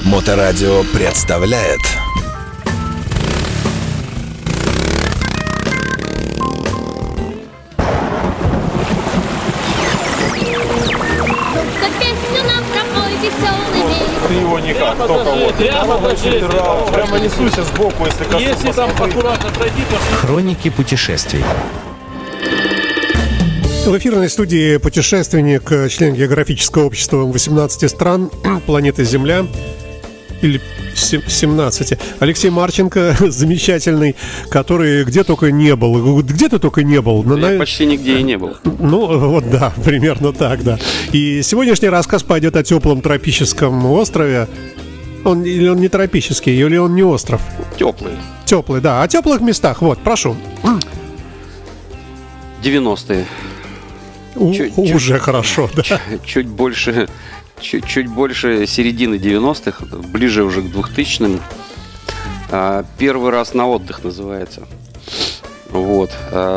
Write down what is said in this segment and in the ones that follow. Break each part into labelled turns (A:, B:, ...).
A: Моторадио представляет
B: Ты его никак, только вот. Прямо несуся сбоку, если коснусь.
C: Если там аккуратно пройти, то...
D: Хроники путешествий.
E: В эфирной студии путешественник, член географического общества 18 стран планеты Земля, или 17, Алексей Марченко, замечательный, который где только не был. Где ты только не был?
F: Я почти нигде и не был.
E: Ну, вот да, примерно так, да. И сегодняшний рассказ пойдет о теплом тропическом острове. Или он не тропический, или он не остров?
F: Теплый.
E: Теплый, да. О теплых местах, вот, прошу.
F: 90-е.
E: Уже хорошо, да.
F: Чуть больше середины 90-х, ближе уже к 2000-м. Первый раз на отдых называется. Вот.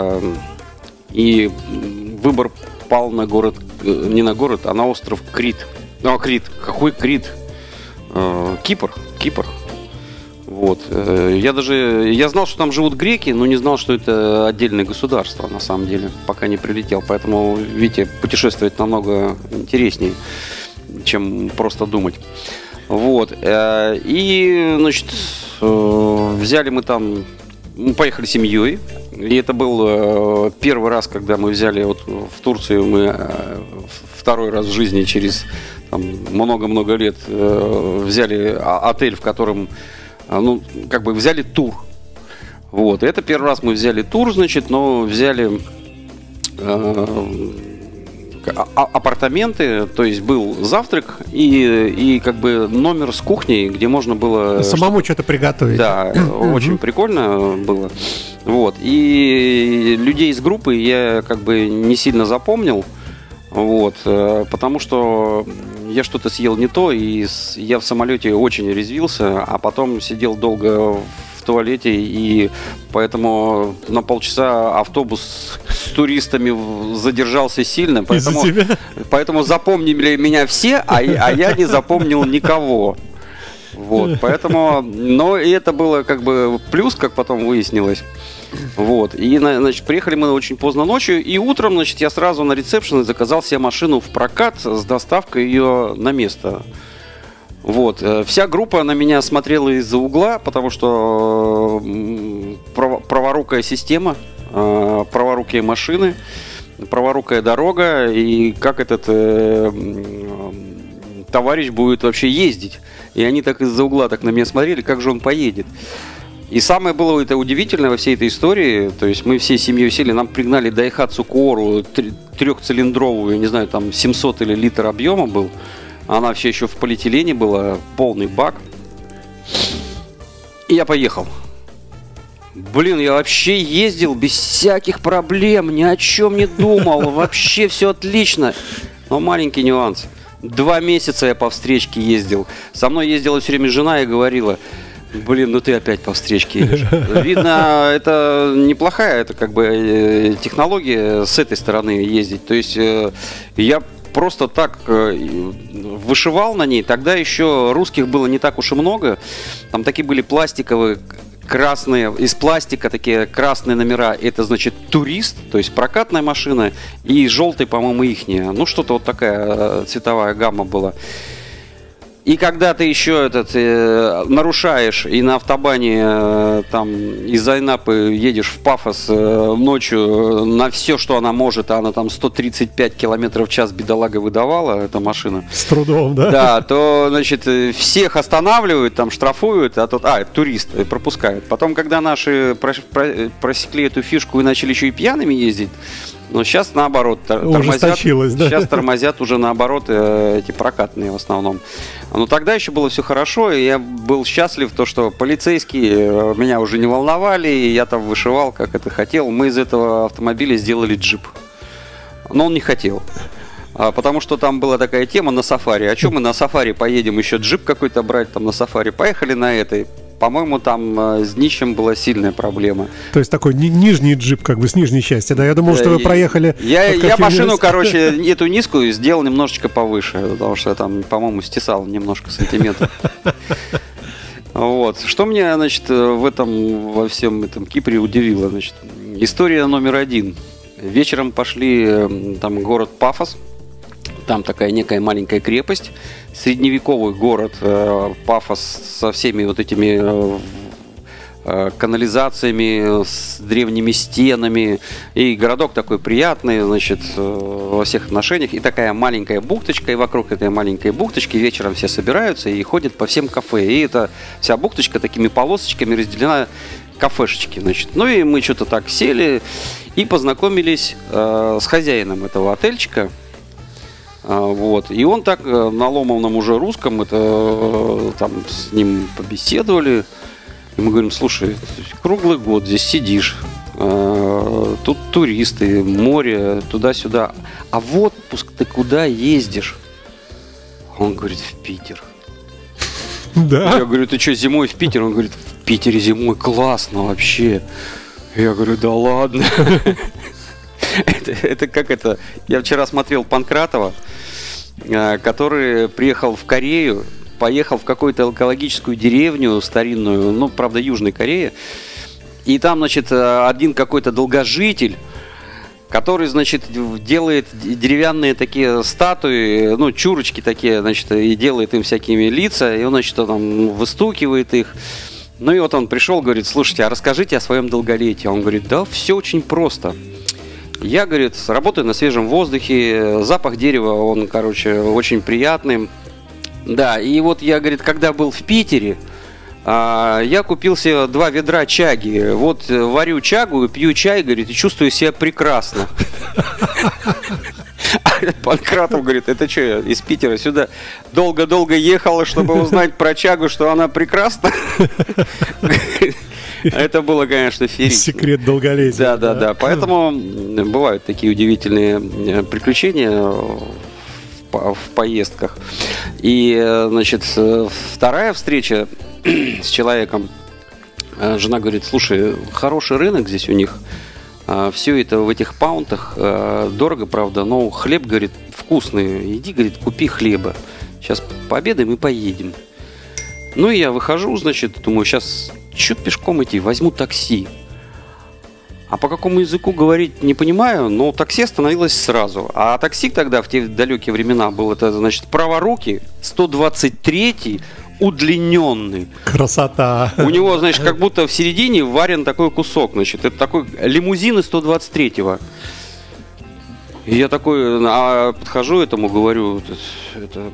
F: И выбор пал на город, не на город, а на остров Крит. Ну, а Крит? Какой Крит? Кипр. Вот. Я знал, что там живут греки, но не знал, что это отдельное государство, на самом деле, пока не прилетел. Поэтому, видите, путешествовать намного интереснее, чем просто думать. Вот. И, значит, взяли мы там, поехали семьей. И это был первый раз, когда мы взяли вот в Турцию, мы второй раз в жизни через много-много лет взяли отель, в котором, ну, как бы взяли тур. Вот. И это первый раз мы взяли тур, значит, но взяли апартаменты, то есть был завтрак и как бы номер с кухней, где можно было
E: самому что-то приготовить. Да,
F: очень прикольно было. Вот. И людей из группы я как бы не сильно запомнил, вот, потому что я что-то съел не то, и я в самолете очень резвился, а потом сидел долго в туалете, и поэтому на полчаса автобус с туристами задержался сильно, поэтому запомнили меня все, а я не запомнил никого. Вот, поэтому, но и это было как бы плюс, как потом выяснилось. Вот, и, значит, приехали мы очень поздно ночью, и утром, значит, я сразу на ресепшене заказал себе машину в прокат с доставкой ее на место. Вот, вся группа на меня смотрела из-за угла, потому что праворукая система, праворукие машины, праворукая дорога, и как этот товарищ будет вообще ездить. И они так из-за угла так на меня смотрели, как же он поедет. И самое было это удивительное во всей этой истории, то есть мы всей семьей сели, нам пригнали Daihatsu Kuoru трехцилиндровую, не знаю, там 700 или литр объема был. Она вообще еще в полиэтилене была, полный бак. И я поехал. Блин, я вообще ездил без всяких проблем, ни о чем не думал, вообще все отлично. Но маленький нюанс. 2 месяца я по встречке ездил. Со мной ездила все время жена и говорила: блин, ну ты опять по встречке едешь. Видно, это неплохая, это как бы технология с этой стороны ездить. То есть я просто так вышивал на ней. Тогда еще русских было не так уж и много. Там такие были пластиковые, красные, из пластика такие красные номера. Это значит турист, то есть прокатная машина. И желтый, по-моему, ихняя. Ну, что-то вот такая цветовая гамма была. И когда ты еще нарушаешь и на автобане там из Айнапы едешь в Пафос ночью на все, что она может, а она там 135 километров в час бедолага выдавала, эта машина.
E: С трудом, да?
F: Да, то, значит, всех останавливают, там штрафуют, а тут, турист пропускают. Потом, когда наши просекли эту фишку и начали еще и пьяными ездить, но сейчас наоборот тормозят,
E: да?
F: Сейчас тормозят уже наоборот эти прокатные в основном. Но тогда еще было все хорошо, и я был счастлив, то, что полицейские меня уже не волновали, и я там вышивал, как это хотел. Мы из этого автомобиля сделали джип. Но он не хотел. Потому что там была такая тема на сафари. А что мы на сафари поедем, еще джип какой-то брать там на сафари? Поехали на этой. по-моему, там с днищем была сильная проблема.
E: То есть такой нижний джип, как бы с нижней части, да? Я думал, что вы проехали...
F: Я машину, короче, эту низкую сделал немножечко повыше, потому что там, по-моему, стесал немножко сантиметров. Вот. Что меня, значит, во всем этом Кипре удивило, значит, история номер 1. Вечером пошли, там город Пафос, там такая некая маленькая крепость, средневековый город Пафос со всеми вот этими канализациями, с древними стенами, и городок такой приятный, значит, во всех отношениях, и такая маленькая бухточка, и вокруг этой маленькой бухточки вечером все собираются и ходят по всем кафе, и эта вся бухточка такими полосочками разделена, кафешечки, значит. Ну и мы что-то так сели и познакомились с хозяином этого отельчика, вот, и он так на ломаном уже русском, это там с ним побеседовали. И мы говорим: слушай, круглый год здесь сидишь, тут туристы, море, туда-сюда. А в отпуск ты куда ездишь? Он говорит: в Питер.
E: Да?
F: Я говорю: ты что, зимой в Питер? Он говорит: в Питере зимой классно вообще. Я говорю: да ладно. Это как это? Я вчера смотрел Панкратова, который приехал в Корею, поехал в какую-то экологическую деревню старинную, ну, правда, Южной Кореи, и там, значит, один какой-то долгожитель, который, значит, делает деревянные такие статуи, ну, чурочки такие, значит, и делает им всякими лица, и он, значит, там выстукивает их. Ну, и вот он пришел, говорит: слушайте, а расскажите о своем долголетии. Он говорит: да, все очень просто. Я, говорит, работаю на свежем воздухе, запах дерева, он, короче, очень приятный. Да, и вот я, говорит, когда был в Питере, я купил себе 2 ведра чаги. Вот варю чагу, пью чай, говорит, и чувствую себя прекрасно. Панкратов говорит: это что, я из Питера сюда долго-долго ехала, чтобы узнать про чагу, что она прекрасна? Это было, конечно, феерично.
E: Секрет долголетия.
F: Да. Поэтому бывают такие удивительные приключения в поездках. И, значит, вторая встреча с человеком. Жена говорит: слушай, хороший рынок здесь у них. Все это в этих паунтах. Дорого, правда, но хлеб, говорит, вкусный. Иди, говорит, купи хлеба. Сейчас пообедаем и поедем. Ну и я выхожу, значит, думаю, сейчас чуть пешком идти, возьму такси. А по какому языку говорить не понимаю, но такси остановилось сразу. А такси тогда, в те далекие времена, был, это, значит, праворукий, 123-й, удлиненный.
E: Красота.
F: У него, значит, как будто в середине варен такой кусок, значит, это такой лимузин из 123-го. И я такой, подхожу этому, говорю: это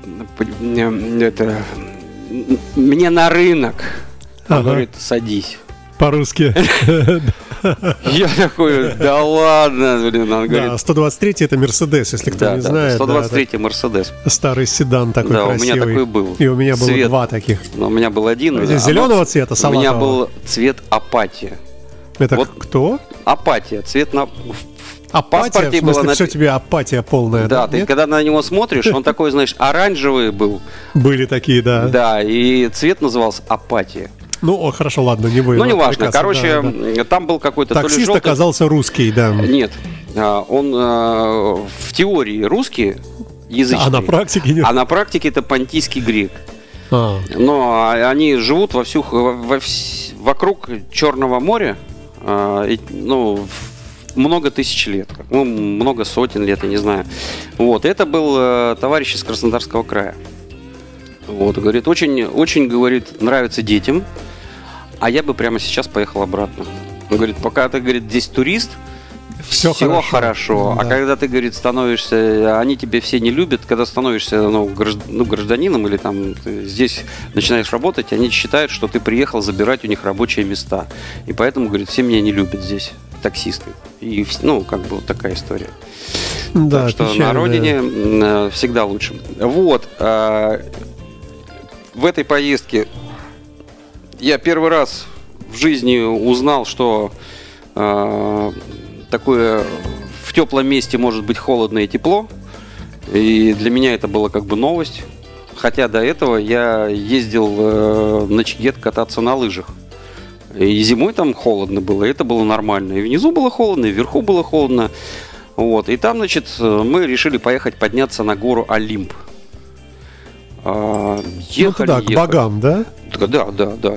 F: мне на рынок. Он говорит: садись.
E: По-русски.
F: Я такой: да ладно, блин. Он говорит:
E: 123-й это Мерседес, если кто не знает.
F: 123-й Мерседес.
E: Старый седан такой красивый.
F: Да, у меня такой был.
E: И у меня было 2 таких.
F: У меня был один.
E: Зеленого цвета, салатового.
F: У меня был цвет апатия.
E: Это вот кто?
F: Апатия, цвет на...
E: Апатия, в смысле, все тебе апатия полная.
F: Да, ты когда на него смотришь, он такой, знаешь, оранжевый был.
E: Были такие, да.
F: Да, и цвет назывался апатия.
E: Ну, хорошо, ладно, не будем.
F: Ну, неважно. Короче, там был какой-то...
E: Таксист оказался русский, да.
F: Нет, он в теории русский, язычный.
E: А на практике нет?
F: А на практике это понтийский грек. Но они живут вокруг Черного моря, ну, много тысяч лет, ну, много сотен лет, я не знаю. Вот, это был товарищ из Краснодарского края. Вот, говорит, очень, говорит, нравится детям, а я бы прямо сейчас поехал обратно. Он говорит: пока ты, говорит, здесь турист, все хорошо. Да. А когда ты, говорит, становишься, они тебя все не любят, когда становишься гражданином или там здесь начинаешь работать, они считают, что ты приехал забирать у них рабочие места. И поэтому, говорит, все меня не любят здесь, таксисты. И, ну, как бы вот такая история.
E: Да,
F: так что печально, на родине всегда лучше. Вот. В этой поездке я первый раз в жизни узнал, что такое в теплом месте может быть холодно и тепло. И для меня это была как бы новость. хотя до этого я ездил на Чигет кататься на лыжах. И зимой там холодно было, и это было нормально. И внизу было холодно, и вверху было холодно. Вот. И там, значит, мы решили поехать подняться на гору Олимп.
E: Туда, к богам, да?
F: Да.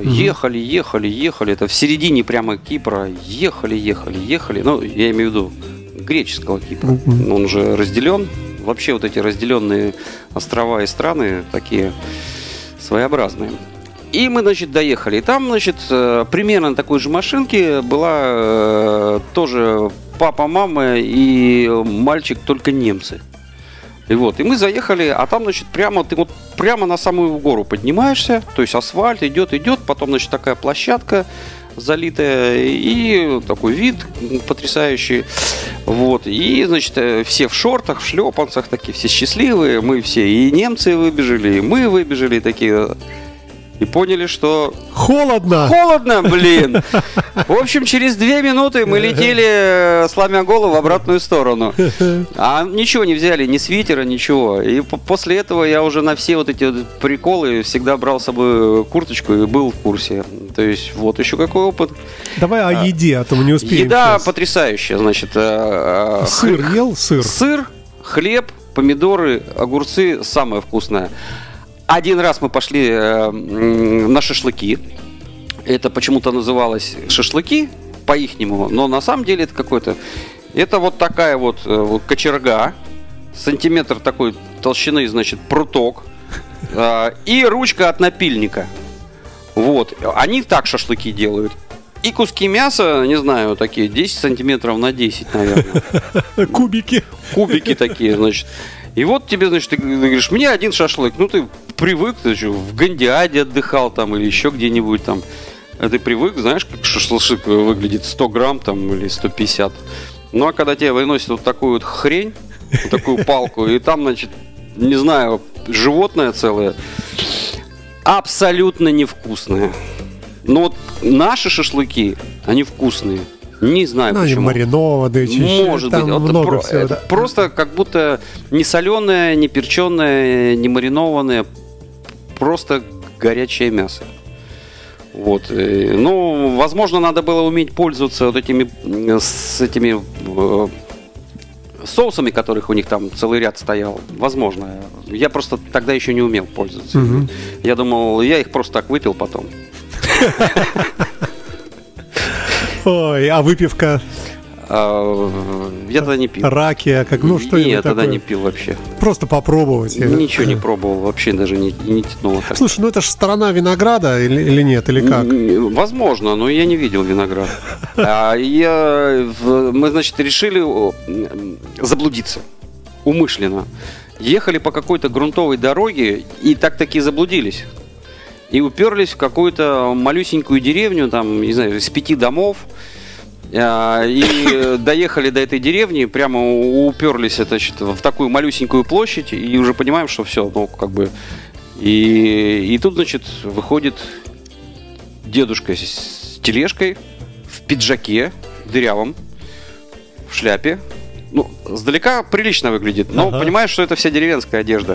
F: Ехали. Это в середине прямо Кипра. Ехали. Ну, я имею в виду греческого Кипра. Он же разделен. Вообще вот эти разделенные острова и страны такие своеобразные. И мы, значит, доехали. И там, значит, примерно на такой же машинке была тоже папа, мама и мальчик, только немцы. И вот, и мы заехали, а там, значит, ты вот прямо на самую гору поднимаешься, то есть асфальт идет, потом, значит, такая площадка залитая, и такой вид потрясающий. Вот, и, значит, все в шортах, в шлепанцах, такие все счастливые, мы все, и немцы выбежали, и мы выбежали такие... И поняли, что... Холодно, блин! В общем, через 2 минуты мы летели, сломя голову, в обратную сторону. А ничего не взяли, ни свитера, ничего. И после этого я уже на все вот эти вот приколы всегда брал с собой курточку и был в курсе. То есть, вот еще какой опыт.
E: Давай о еде, а то мы не успеем.
F: Еда
E: сейчас.
F: Потрясающая, значит.
E: Сыр ел?
F: Сыр, хлеб, помидоры, огурцы, самое вкусное. Один раз мы пошли на шашлыки. Это почему-то называлось шашлыки по-ихнему, но на самом деле это какой-то... Это вот такая вот кочерга, сантиметр такой толщины, значит, пруток и ручка от напильника. Вот. Они так шашлыки делают. И куски мяса, не знаю, такие 10 сантиметров на 10, наверное. Кубики такие, значит. И вот тебе, значит, ты говоришь, мне один шашлык. Ну, ты привык, ты что, в Гандиаде отдыхал там или еще где-нибудь там. А ты привык, знаешь, как шашлык выглядит, 100 грамм там или 150. Ну, а когда тебе выносят вот такую вот хрень, вот такую палку, и там, значит, не знаю, животное целое, абсолютно невкусное. Но вот наши шашлыки, они вкусные. Не знаю почему.
E: Они маринованные,
F: может быть.
E: Много всего, да.
F: Просто как будто не соленое, не перченое, не маринованное. Просто горячее мясо. Вот. Ну, возможно, надо было уметь пользоваться вот этими соусами, которых у них там целый ряд стоял. Возможно. Я просто тогда еще не умел пользоваться. Я думал, я их просто так выпил потом.
E: Ой, а выпивка?
F: Я тогда не пил.
E: Ракия, как, ну что-нибудь
F: Нет,
E: такое?
F: тогда не пил вообще.
E: Просто попробовать.
F: Ничего не пробовал, вообще даже не тянуло.
E: Слушай, ну это же сторона винограда или нет, или как?
F: Возможно, но я не видел виноград. Мы, значит, решили заблудиться. Умышленно. Ехали по какой-то грунтовой дороге и так-таки заблудились. И уперлись в какую-то малюсенькую деревню, там, не знаю, из 5 домов. И доехали до этой деревни, прямо уперлись, значит, в такую малюсенькую площадь. И уже понимаем, что все, ну, как бы... И тут, значит, выходит дедушка с тележкой, в пиджаке дырявом, в шляпе. Ну, сдалека прилично выглядит, но понимаешь, что это вся деревенская одежда.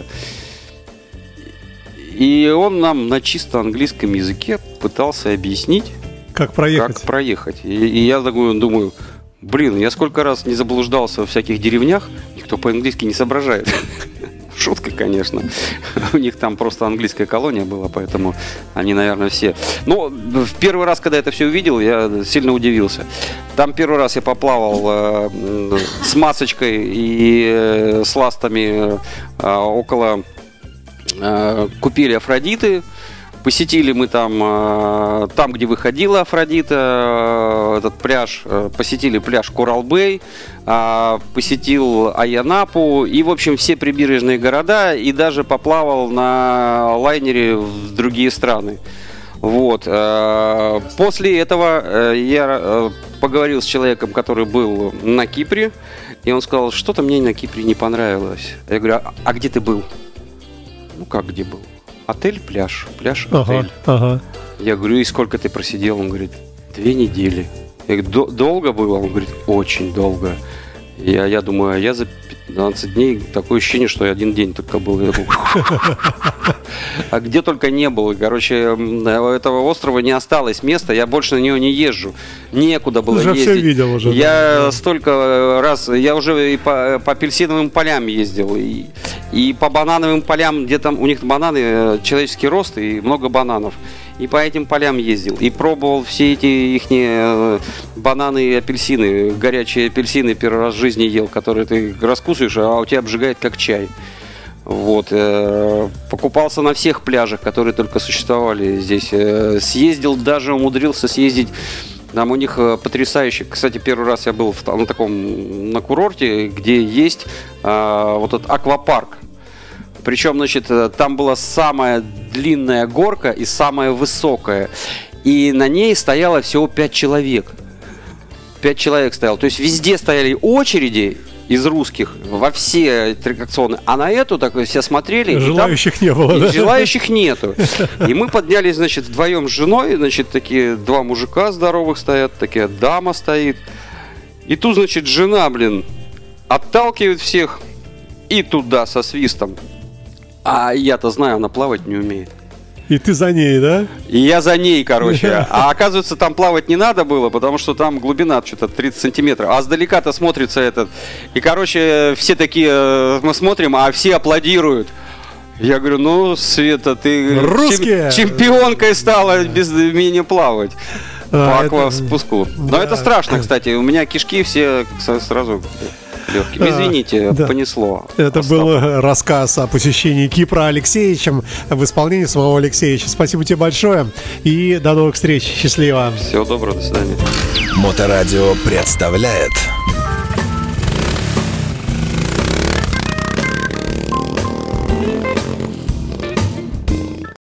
F: И он нам на чисто английском языке пытался объяснить,
E: как проехать.
F: И я думаю, блин, я сколько раз не заблуждался во всяких деревнях, никто по-английски не соображает. Шутка, конечно. У них там просто английская колония была, поэтому они, наверное, все... Но в первый раз, когда это все увидел, я сильно удивился. Там первый раз я поплавал с масочкой и с ластами около купели Афродиты. Посетили мы там, где выходила Афродита, этот пляж, посетили пляж Коралл-Бэй, посетил Айянапу и, в общем, все прибережные города, и даже поплавал на лайнере в другие страны. Вот. После этого я поговорил с человеком, который был на Кипре, и он сказал, что-то мне на Кипре не понравилось. Я говорю, а где ты был? Ну, как где был? Отель, пляж, отель. Я говорю, и сколько ты просидел? Он говорит, 2 недели. Я говорю, долго было? Он говорит, очень долго. Я думаю, я за 12 дней, такое ощущение, что я один день только был. А где только не был. Короче, этого острова не осталось места, я больше на него не езжу. Некуда было
E: уже
F: ездить.
E: Все видел уже.
F: Я столько раз, я уже и по апельсиновым полям ездил, и по банановым полям, где там у них бананы, человеческий рост и много бананов. И по этим полям ездил. И пробовал все эти их бананы и апельсины. Горячие апельсины первый раз в жизни ел, которые ты раскусываешь, а у тебя обжигает как чай. Вот. Покупался на всех пляжах, которые только существовали здесь. Съездил, даже умудрился съездить. Там у них потрясающе. Кстати, первый раз я был на курорте, где есть вот этот аквапарк. Причем, значит, там была самая длинная горка и самая высокая. И на ней стояло всего 5 человек. 5 человек стояло. То есть везде стояли очереди из русских во все аттракционы. А на эту так все смотрели.
E: Желающих не было, да?
F: Желающих нету. И мы поднялись, значит, вдвоем с женой. Значит, такие 2 мужика здоровых стоят, такая дама стоит. И тут, значит, жена, отталкивает всех и туда со свистом. А я-то знаю, она плавать не умеет.
E: И ты за ней, да?
F: И я за ней, короче. А оказывается, там плавать не надо было, потому что там глубина что-то 30 сантиметров. А сдалека-то смотрится этот. И, короче, все такие, мы смотрим, а все аплодируют. Я говорю, ну, Света, ты чемпионкой стала без меня плавать. По акваспуску. Но это страшно, кстати. У меня кишки все сразу... легким. Извините, да. Понесло.
E: Это был рассказ о посещении Кипра Алексеевичем в исполнении самого Алексеевича. Спасибо тебе большое и до новых встреч. Счастливо.
F: Всего доброго, до свидания.
A: Моторадио представляет